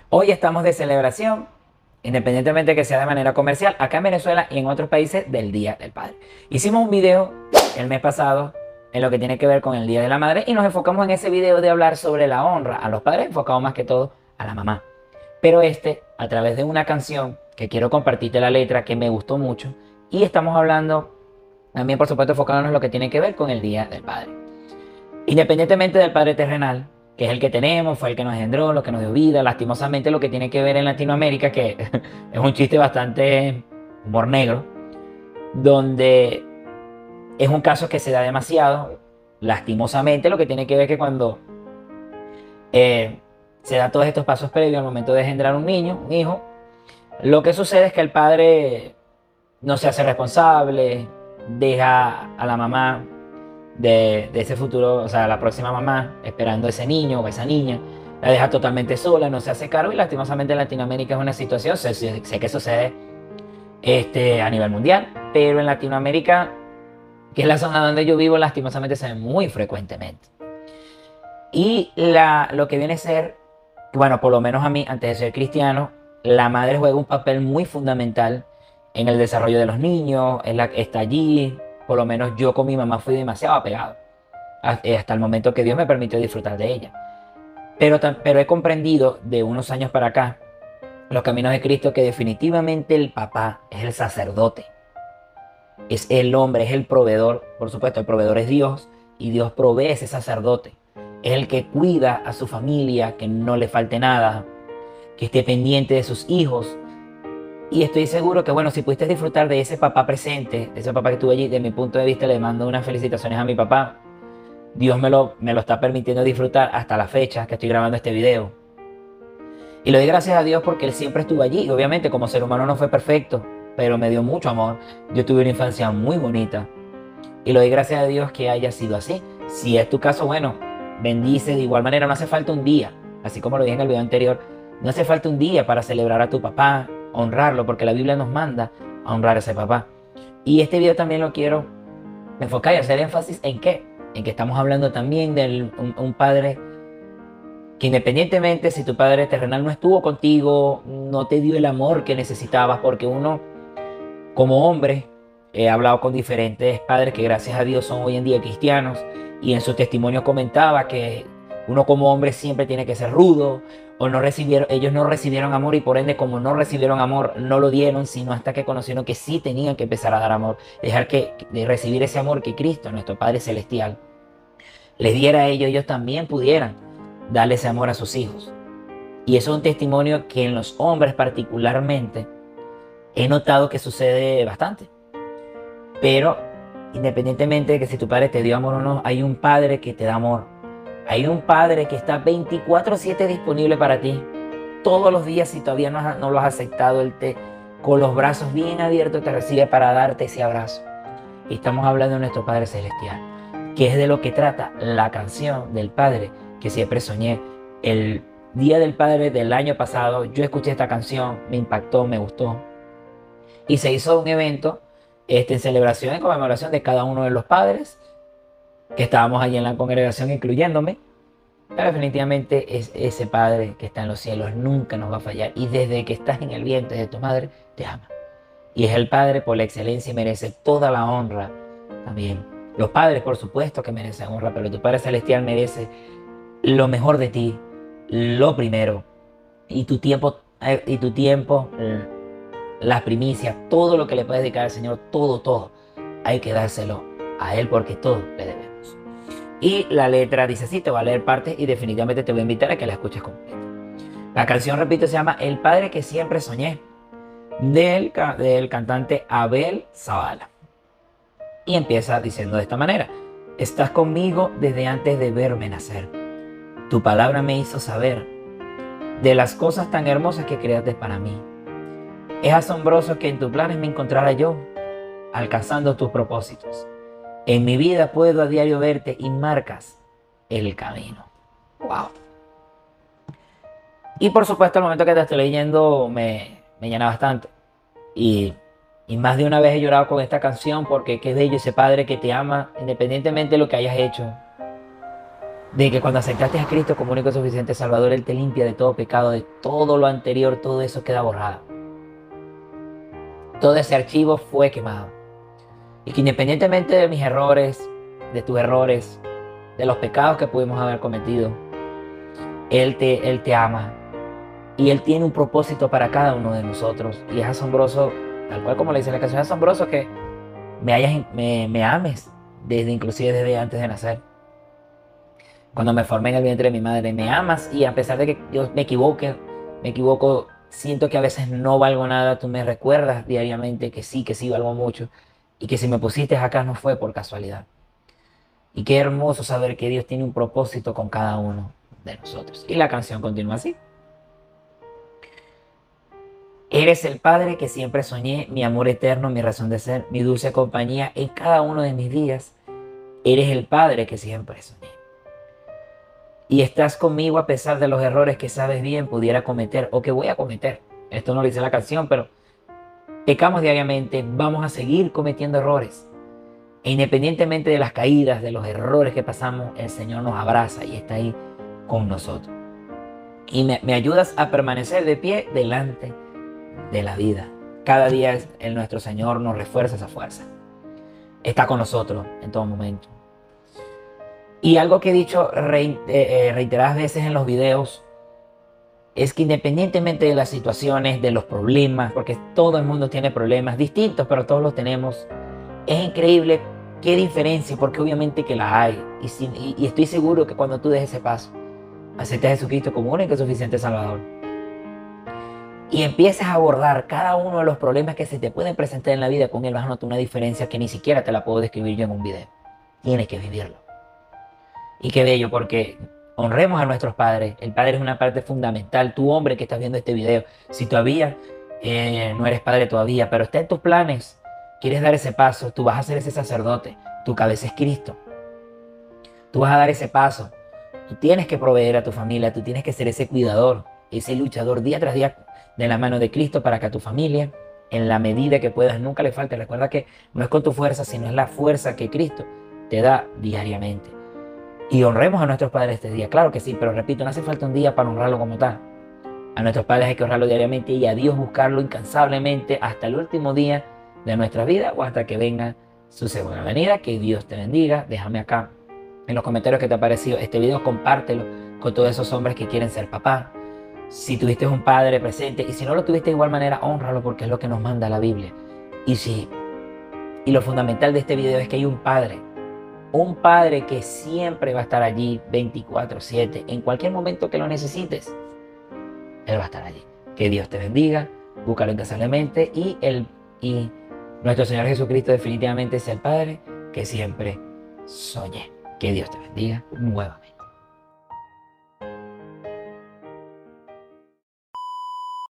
Hoy estamos de celebración, independientemente que sea de manera comercial, acá en Venezuela y en otros países del Día del Padre. Hicimos un video el mes pasado en lo que tiene que ver con el Día de la Madre y nos enfocamos en ese video de hablar sobre la honra a los padres, enfocado más que todo a la mamá. Pero a través de una canción que quiero compartirte la letra que me gustó mucho y estamos hablando también, por supuesto, enfocándonos en lo que tiene que ver con el Día del Padre. Independientemente del Padre terrenal, que es el que tenemos, fue el que nos engendró, lo que nos dio vida, lastimosamente lo que tiene que ver en Latinoamérica, que es un chiste bastante humor negro, donde es un caso que se da demasiado, lastimosamente lo que tiene que ver que cuando eh, se da todos estos pasos previos al momento de engendrar un niño, un hijo, lo que sucede es que el padre no se hace responsable, deja a la mamá de ese futuro, o sea, la próxima mamá, esperando a ese niño o a esa niña, la deja totalmente sola, no se hace cargo y lastimosamente en Latinoamérica es una situación, sé que sucede a nivel mundial, pero en Latinoamérica, que es la zona donde yo vivo, lastimosamente se ve muy frecuentemente. Y lo que viene a ser, bueno, por lo menos a mí, antes de ser cristiano, la madre juega un papel muy fundamental en el desarrollo de los niños, es la que está allí. Por lo menos yo con mi mamá fui demasiado apegado hasta el momento que Dios me permitió disfrutar de ella. Pero he comprendido de unos años para acá, los caminos de Cristo, que definitivamente el papá es el sacerdote, es el hombre, es el proveedor. Por supuesto, el proveedor es Dios y Dios provee ese sacerdote. Es el que cuida a su familia, que no le falte nada, que esté pendiente de sus hijos. Y estoy seguro que, bueno, si pudiste disfrutar de ese papá presente, de ese papá que estuvo allí, de mi punto de vista le mando unas felicitaciones a mi papá. Dios me lo está permitiendo disfrutar hasta la fecha que estoy grabando este video. Y le doy gracias a Dios porque Él siempre estuvo allí. Y obviamente como ser humano no fue perfecto, pero me dio mucho amor. Yo tuve una infancia muy bonita. Y le doy gracias a Dios que haya sido así. Si es tu caso, bueno, bendice de igual manera. No hace falta un día, así como lo dije en el video anterior, no hace falta un día para celebrar a tu papá, honrarlo, porque la Biblia nos manda a honrar a ese papá. Y este video también lo quiero enfocar y hacer énfasis en qué. En que estamos hablando también de un padre que independientemente si tu padre terrenal no estuvo contigo, no te dio el amor que necesitabas, porque uno como hombre, he hablado con diferentes padres que gracias a Dios son hoy en día cristianos y en su testimonio comentaba que uno como hombre siempre tiene que ser rudo o no recibieron, ellos no recibieron amor y por ende como no recibieron amor no lo dieron sino hasta que conocieron que sí tenían que empezar a dar amor, dejar de recibir ese amor que Cristo, nuestro Padre Celestial, les diera a ellos, ellos también pudieran darle ese amor a sus hijos. Y eso es un testimonio que en los hombres particularmente he notado que sucede bastante. Pero independientemente de que si tu padre te dio amor o no, hay un padre que te da amor. Hay un padre que está 24/7 disponible para ti. Todos los días, si todavía no lo has aceptado, Él con los brazos bien abiertos te recibe para darte ese abrazo. Y estamos hablando de nuestro Padre Celestial, que es de lo que trata la canción del Padre que siempre soñé. El Día del Padre del año pasado, yo escuché esta canción, me impactó, me gustó. Y se hizo un evento en celebración, en conmemoración de cada uno de los padres, que estábamos allí en la congregación, incluyéndome. Pero definitivamente es ese Padre que está en los cielos, nunca nos va a fallar. Y desde que estás en el vientre de tu madre, te ama. Y es el Padre por la excelencia y merece toda la honra también. Los padres, por supuesto, que merecen honra, pero tu Padre Celestial merece lo mejor de ti, lo primero. Y tu tiempo, las primicias, todo lo que le puedes dedicar al Señor, todo, hay que dárselo a Él porque todo le debemos. Y la letra dice así, te voy a leer partes y definitivamente te voy a invitar a que la escuches completa. La canción, repito, se llama El Padre que siempre soñé, del cantante Abel Zavala. Y empieza diciendo de esta manera: estás conmigo desde antes de verme nacer. Tu palabra me hizo saber de las cosas tan hermosas que creaste para mí. Es asombroso que en tus planes me encontrara yo, alcanzando tus propósitos. En mi vida puedo a diario verte y marcas el camino. ¡Wow! Y por supuesto, al momento que te estoy leyendo me llena bastante. Y, y más de una vez he llorado con esta canción porque qué bello ese Padre que te ama independientemente de lo que hayas hecho. de que cuando aceptaste a Cristo como único y suficiente Salvador, Él te limpia de todo pecado, de todo lo anterior, todo eso queda borrado. Todo ese archivo fue quemado. Y que independientemente de mis errores, de tus errores, de los pecados que pudimos haber cometido, Él te ama. Y Él tiene un propósito para cada uno de nosotros. Y es asombroso, tal cual como le dice la canción, es asombroso que me ames, inclusive desde antes de nacer. Cuando me formé en el vientre de mi madre, me amas, y a pesar de que yo me equivoco, siento que a veces no valgo nada, tú me recuerdas diariamente que sí valgo mucho, y que si me pusiste acá no fue por casualidad. Y qué hermoso saber que Dios tiene un propósito con cada uno de nosotros. Y la canción continúa así. Eres el Padre que siempre soñé, mi amor eterno, mi razón de ser, mi dulce compañía en cada uno de mis días. Eres el Padre que siempre soñé. Y estás conmigo a pesar de los errores que sabes bien pudiera cometer o que voy a cometer. Esto no lo dice la canción, pero pecamos diariamente, vamos a seguir cometiendo errores. E independientemente de las caídas, de los errores que pasamos, el Señor nos abraza y está ahí con nosotros. Y me ayudas a permanecer de pie delante de la vida. Cada día nuestro Señor nos refuerza esa fuerza. Está con nosotros en todo momento. Y algo que he dicho reiteradas veces en los videos es que independientemente de las situaciones, de los problemas, porque todo el mundo tiene problemas distintos, pero todos los tenemos, es increíble qué diferencia, porque obviamente que la hay. Y estoy seguro que cuando tú des ese paso, aceptes a Jesucristo como único y suficiente Salvador, y empieces a abordar cada uno de los problemas que se te pueden presentar en la vida con Él, vas a notar una diferencia que ni siquiera te la puedo describir yo en un video. Tienes que vivirlo. Y qué bello, porque honremos a nuestros padres. El padre es una parte fundamental. Tú, hombre que estás viendo este video, si todavía no eres padre todavía, pero está en tus planes, quieres dar ese paso, tú vas a ser ese sacerdote. Tu cabeza es Cristo. Tú vas a dar ese paso. Tú tienes que proveer a tu familia, tú tienes que ser ese cuidador, ese luchador día tras día de la mano de Cristo para que a tu familia, en la medida que puedas, nunca le falte. Recuerda que no es con tu fuerza, sino es la fuerza que Cristo te da diariamente. Y honremos a nuestros padres este día, claro que sí, pero repito, no hace falta un día para honrarlo como tal. A nuestros padres hay que honrarlo diariamente y a Dios buscarlo incansablemente hasta el último día de nuestra vida o hasta que venga su segunda venida. Que Dios te bendiga. Déjame acá en los comentarios qué te ha parecido este video, compártelo con todos esos hombres que quieren ser papá. Si tuviste un padre presente y si no lo tuviste de igual manera, honralo porque es lo que nos manda la Biblia. Y lo fundamental de este video es que hay un padre que siempre va a estar allí 24/7, en cualquier momento que lo necesites, Él va a estar allí. Que Dios te bendiga, búscalo incansablemente y nuestro Señor Jesucristo definitivamente es el Padre que siempre soñé. Que Dios te bendiga nuevamente.